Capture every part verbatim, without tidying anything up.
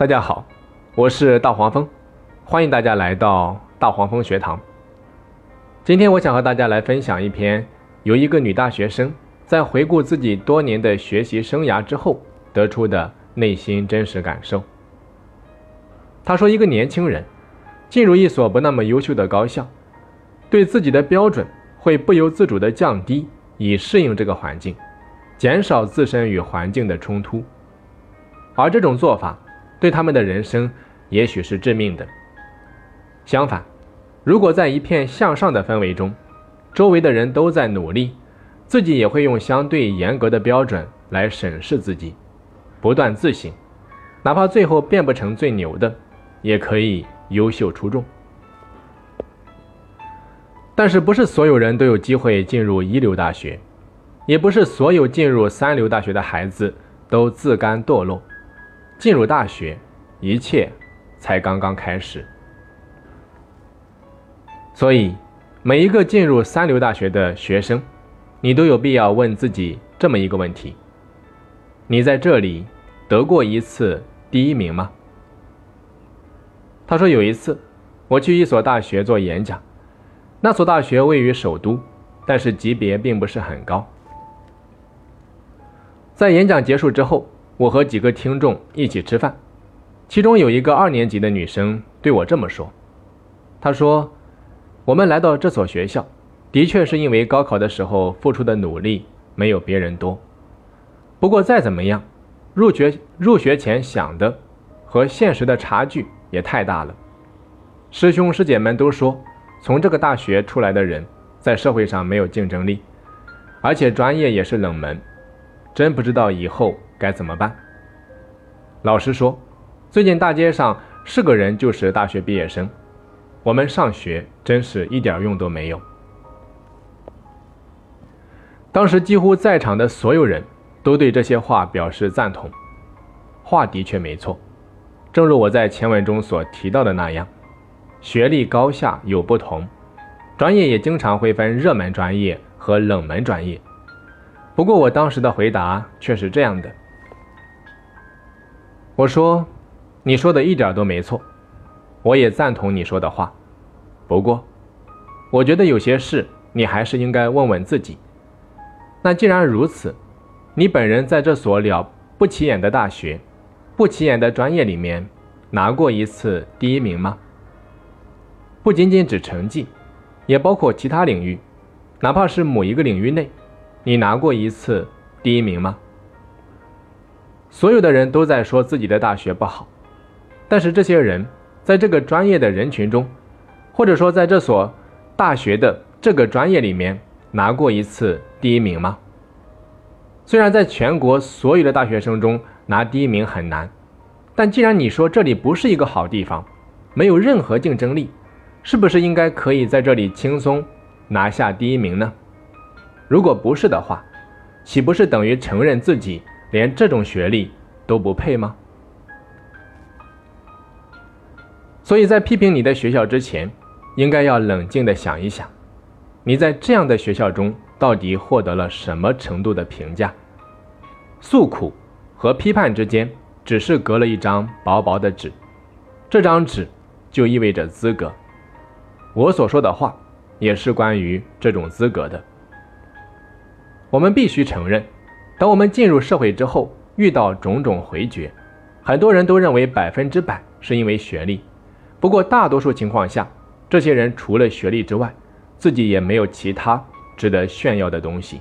大家好，我是大黄蜂，欢迎大家来到大黄蜂学堂。今天我想和大家来分享一篇由一个女大学生在回顾自己多年的学习生涯之后得出的内心真实感受。她说，一个年轻人进入一所不那么优秀的高校，对自己的标准会不由自主地降低，以适应这个环境，减少自身与环境的冲突。而这种做法对他们的人生也许是致命的。相反，如果在一片向上的氛围中，周围的人都在努力，自己也会用相对严格的标准来审视自己，不断自省，哪怕最后变不成最牛的，也可以优秀出众。但是不是所有人都有机会进入一流大学，也不是所有进入三流大学的孩子都自甘堕落。进入大学，一切才刚刚开始。所以，每一个进入三流大学的学生，你都有必要问自己这么一个问题：你在这里得过一次第一名吗？他说，有一次我去一所大学做演讲，那所大学位于首都，但是级别并不是很高。在演讲结束之后，我和几个听众一起吃饭，其中有一个二年级的女生对我这么说。她说，我们来到这所学校，的确是因为高考的时候付出的努力没有别人多。不过再怎么样，入学入学前想的和现实的差距也太大了。师兄师姐们都说，从这个大学出来的人在社会上没有竞争力，而且专业也是冷门，真不知道以后该怎么办。老实说，最近大街上是个人就是大学毕业生，我们上学真是一点用都没有。当时几乎在场的所有人都对这些话表示赞同，话的确没错。正如我在前文中所提到的那样，学历高下有不同，专业也经常会分热门专业和冷门专业。不过我当时的回答却是这样的，我说，你说的一点都没错，我也赞同你说的话。不过，我觉得有些事你还是应该问问自己。那既然如此，你本人在这所了不起眼的大学、不起眼的专业里面拿过一次第一名吗？不仅仅指成绩，也包括其他领域，哪怕是某一个领域内，你拿过一次第一名吗？所有的人都在说自己的大学不好，但是这些人在这个专业的人群中，或者说在这所大学的这个专业里面拿过一次第一名吗？虽然在全国所有的大学生中拿第一名很难，但既然你说这里不是一个好地方，没有任何竞争力，是不是应该可以在这里轻松拿下第一名呢？如果不是的话，岂不是等于承认自己连这种学历都不配吗？所以在批评你的学校之前，应该要冷静地想一想，你在这样的学校中到底获得了什么程度的评价？诉苦和批判之间只是隔了一张薄薄的纸，这张纸就意味着资格。我所说的话也是关于这种资格的。我们必须承认，当我们进入社会之后，遇到种种回绝，很多人都认为百分之百是因为学历。不过大多数情况下，这些人除了学历之外，自己也没有其他值得炫耀的东西。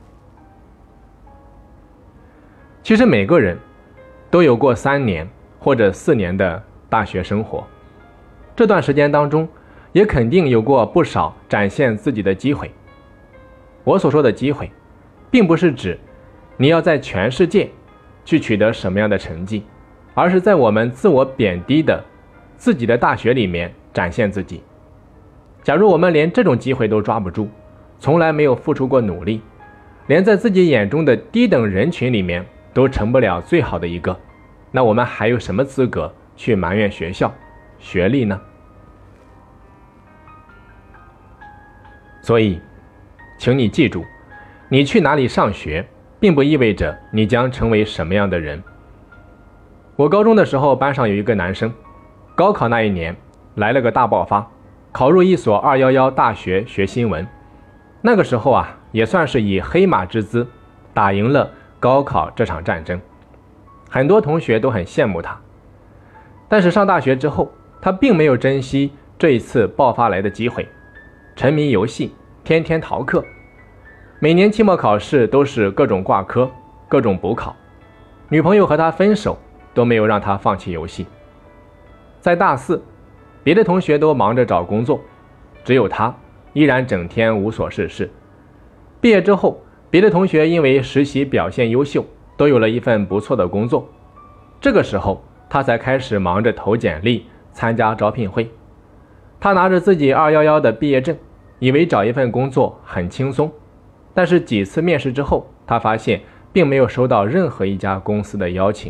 其实每个人都有过三年或者四年的大学生活，这段时间当中，也肯定有过不少展现自己的机会。我所说的机会，并不是指你要在全世界去取得什么样的成绩，而是在我们自我贬低的自己的大学里面展现自己。假如我们连这种机会都抓不住，从来没有付出过努力，连在自己眼中的低等人群里面都成不了最好的一个，那我们还有什么资格去埋怨学校、学历呢？所以，请你记住，你去哪里上学，并不意味着你将成为什么样的人。 我高中的时候，班上有一个男生，高考那一年来了个大爆发，考入一所二一一大学学新闻。那个时候啊，也算是以黑马之姿打赢了高考这场战争，很多同学都很羡慕他。但是上大学之后，他并没有珍惜这一次爆发来的机会，沉迷游戏，天天逃课，每年期末考试都是各种挂科，各种补考。女朋友和他分手都没有让他放弃游戏。在大四，别的同学都忙着找工作，只有他依然整天无所事事。毕业之后，别的同学因为实习表现优秀，都有了一份不错的工作。这个时候，他才开始忙着投简历，参加招聘会。他拿着自己二一一的毕业证，以为找一份工作很轻松，但是几次面试之后，他发现并没有收到任何一家公司的邀请。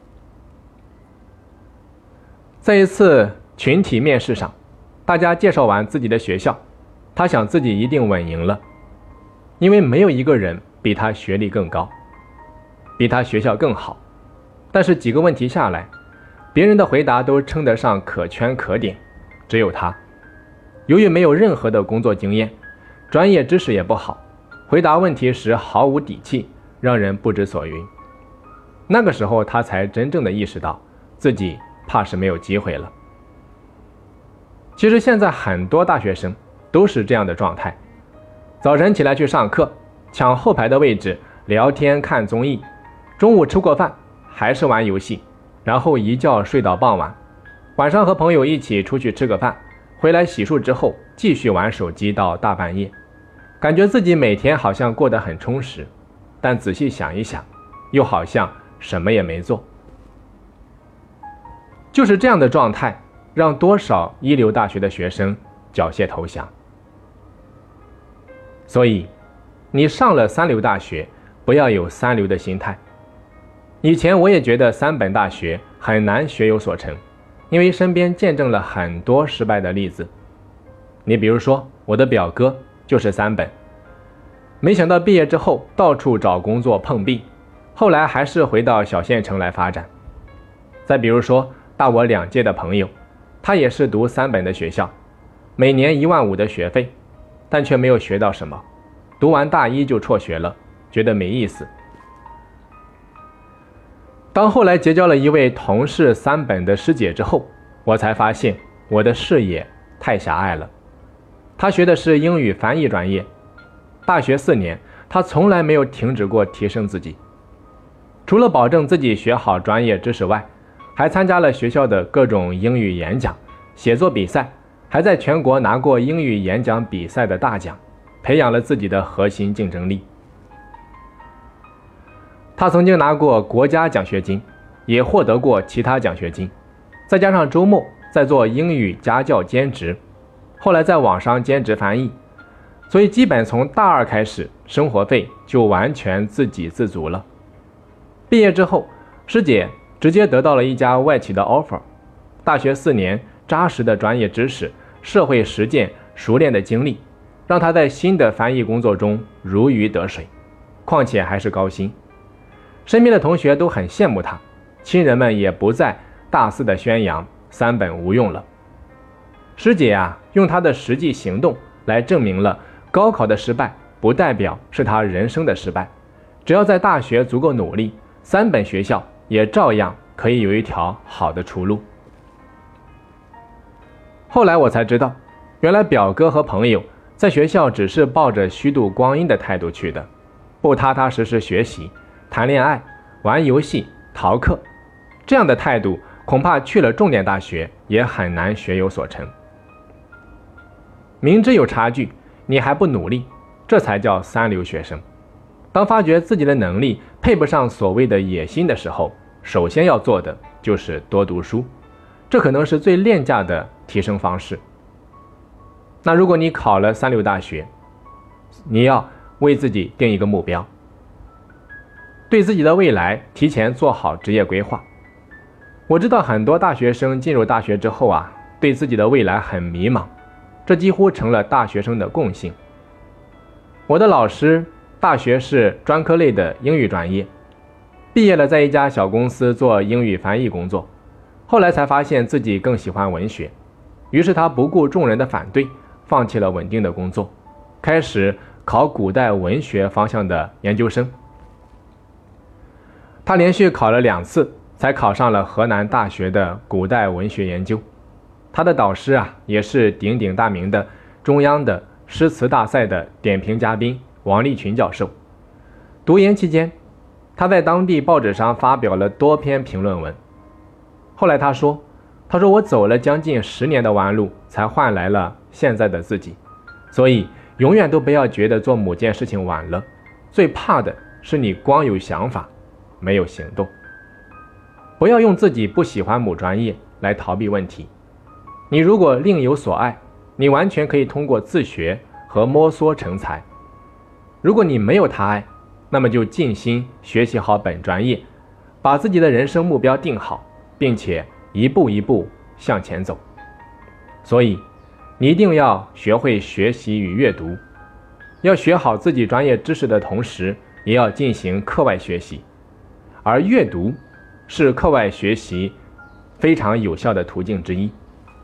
在一次群体面试上，大家介绍完自己的学校，他想自己一定稳赢了，因为没有一个人比他学历更高，比他学校更好。但是几个问题下来，别人的回答都称得上可圈可点，只有他，由于没有任何的工作经验，专业知识也不好，回答问题时毫无底气，让人不知所云。那个时候他才真正的意识到自己怕是没有机会了。其实现在很多大学生都是这样的状态，早晨起来去上课，抢后排的位置，聊天看综艺，中午吃过饭还是玩游戏，然后一觉睡到傍晚，晚上和朋友一起出去吃个饭，回来洗漱之后继续玩手机到大半夜，感觉自己每天好像过得很充实，但仔细想一想，又好像什么也没做。就是这样的状态，让多少一流大学的学生缴械投降。所以，你上了三流大学，不要有三流的心态。以前我也觉得三本大学很难学有所成，因为身边见证了很多失败的例子。你比如说，我的表哥就是三本，没想到毕业之后到处找工作碰壁，后来还是回到小县城来发展。再比如说，大我两届的朋友，他也是读三本的学校，每年一万五的学费，但却没有学到什么，读完大一就辍学了，觉得没意思。当后来结交了一位同是三本的师姐之后，我才发现我的视野太狭隘了。她学的是英语翻译专业，大学四年，她从来没有停止过提升自己。除了保证自己学好专业知识外，还参加了学校的各种英语演讲、写作比赛，还在全国拿过英语演讲比赛的大奖，培养了自己的核心竞争力。他曾经拿过国家奖学金，也获得过其他奖学金，再加上周末在做英语家教兼职，后来在网上兼职翻译，所以基本从大二开始，生活费就完全自给自足了。毕业之后，师姐直接得到了一家外企的 offer， 大学四年扎实的专业知识、社会实践、熟练的经历，让他在新的翻译工作中如鱼得水，况且还是高薪。身边的同学都很羡慕他，亲人们也不再大肆的宣扬三本无用了。师姐啊，用她的实际行动来证明了高考的失败不代表是她人生的失败，只要在大学足够努力，三本学校也照样可以有一条好的出路。后来我才知道，原来表哥和朋友在学校只是抱着虚度光阴的态度去的，不踏踏实实学习、谈恋爱、玩游戏、逃课，这样的态度恐怕去了重点大学也很难学有所成。明知有差距，你还不努力，这才叫三流学生。当发觉自己的能力配不上所谓的野心的时候，首先要做的就是多读书，这可能是最廉价的提升方式。那如果你考了三流大学，你要为自己定一个目标，对自己的未来提前做好职业规划。我知道很多大学生进入大学之后啊，对自己的未来很迷茫，这几乎成了大学生的共性。我的老师大学是专科类的英语专业， 毕业了，在一家小公司做英语翻译工作，后来才发现自己更喜欢文学，于是他不顾众人的反对，放弃了稳定的工作，开始考古代文学方向的研究生。他连续考了两次，才考上了河南大学的古代文学研究。他的导师啊，也是鼎鼎大名的中央的诗词大赛的点评嘉宾王立群教授。读研期间，他在当地报纸上发表了多篇评论文。后来他说，他说我走了将近十年的弯路，才换来了现在的自己。所以永远都不要觉得做某件事情晚了，最怕的是你光有想法，没有行动。不要用自己不喜欢某专业来逃避问题。你如果另有所爱，你完全可以通过自学和摸索成才。如果你没有他爱，那么就尽心学习好本专业，把自己的人生目标定好，并且一步一步向前走。所以你一定要学会学习与阅读，要学好自己专业知识的同时，也要进行课外学习。而阅读是课外学习非常有效的途径之一。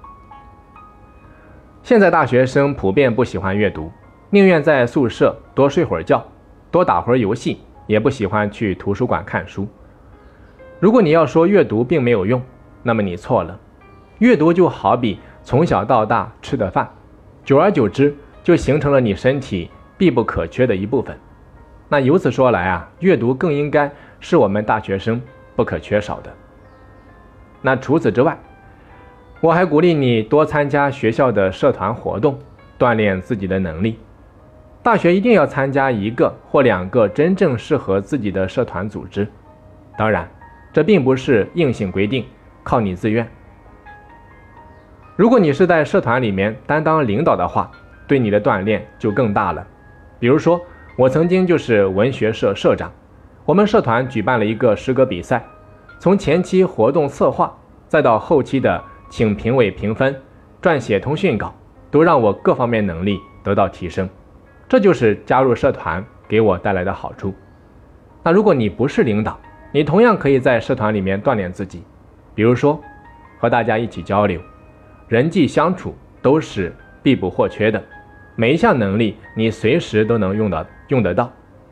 现在大学生普遍不喜欢阅读，宁愿在宿舍多睡会儿觉，多打会儿游戏，也不喜欢去图书馆看书。如果你要说阅读并没有用，那么你错了。阅读就好比从小到大吃的饭，久而久之就形成了你身体必不可缺的一部分。那由此说来啊，阅读更应该是我们大学生不可缺少的。那除此之外，我还鼓励你多参加学校的社团活动，锻炼自己的能力。大学一定要参加一个或两个真正适合自己的社团组织。当然，这并不是硬性规定，靠你自愿。如果你是在社团里面担当领导的话，对你的锻炼就更大了。比如说，我曾经就是文学社社长，我们社团举办了一个诗歌比赛，从前期活动策划，再到后期的请评委评分、撰写通讯稿，都让我各方面能力得到提升。这就是加入社团给我带来的好处。那如果你不是领导，你同样可以在社团里面锻炼自己，比如说和大家一起交流，人际相处都是必不或缺的，每一项能力你随时都能用到用得到。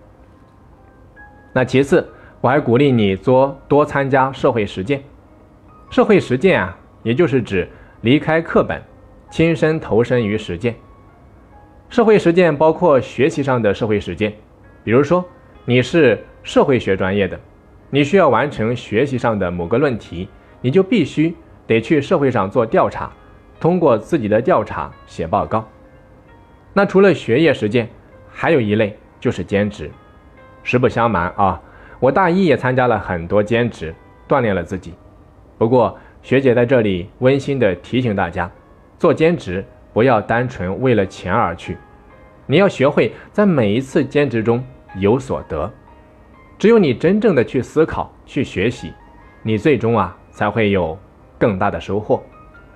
那其次，我还鼓励你多多参加社会实践。社会实践啊，也就是指离开课本，亲身投身于实践。社会实践包括学习上的社会实践，比如说你是社会学专业的，你需要完成学习上的某个论题，你就必须得去社会上做调查，通过自己的调查写报告。那除了学业实践，还有一类就是兼职。实不相瞒啊，我大一也参加了很多兼职，锻炼了自己。不过学姐在这里温馨地提醒大家，做兼职不要单纯为了钱而去，你要学会在每一次兼职中有所得。只有你真正的去思考、去学习，你最终啊才会有更大的收获。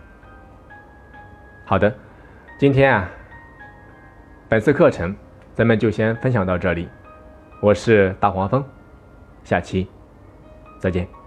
好的，今天啊，本次课程咱们就先分享到这里。我是大黄蜂，下期再见。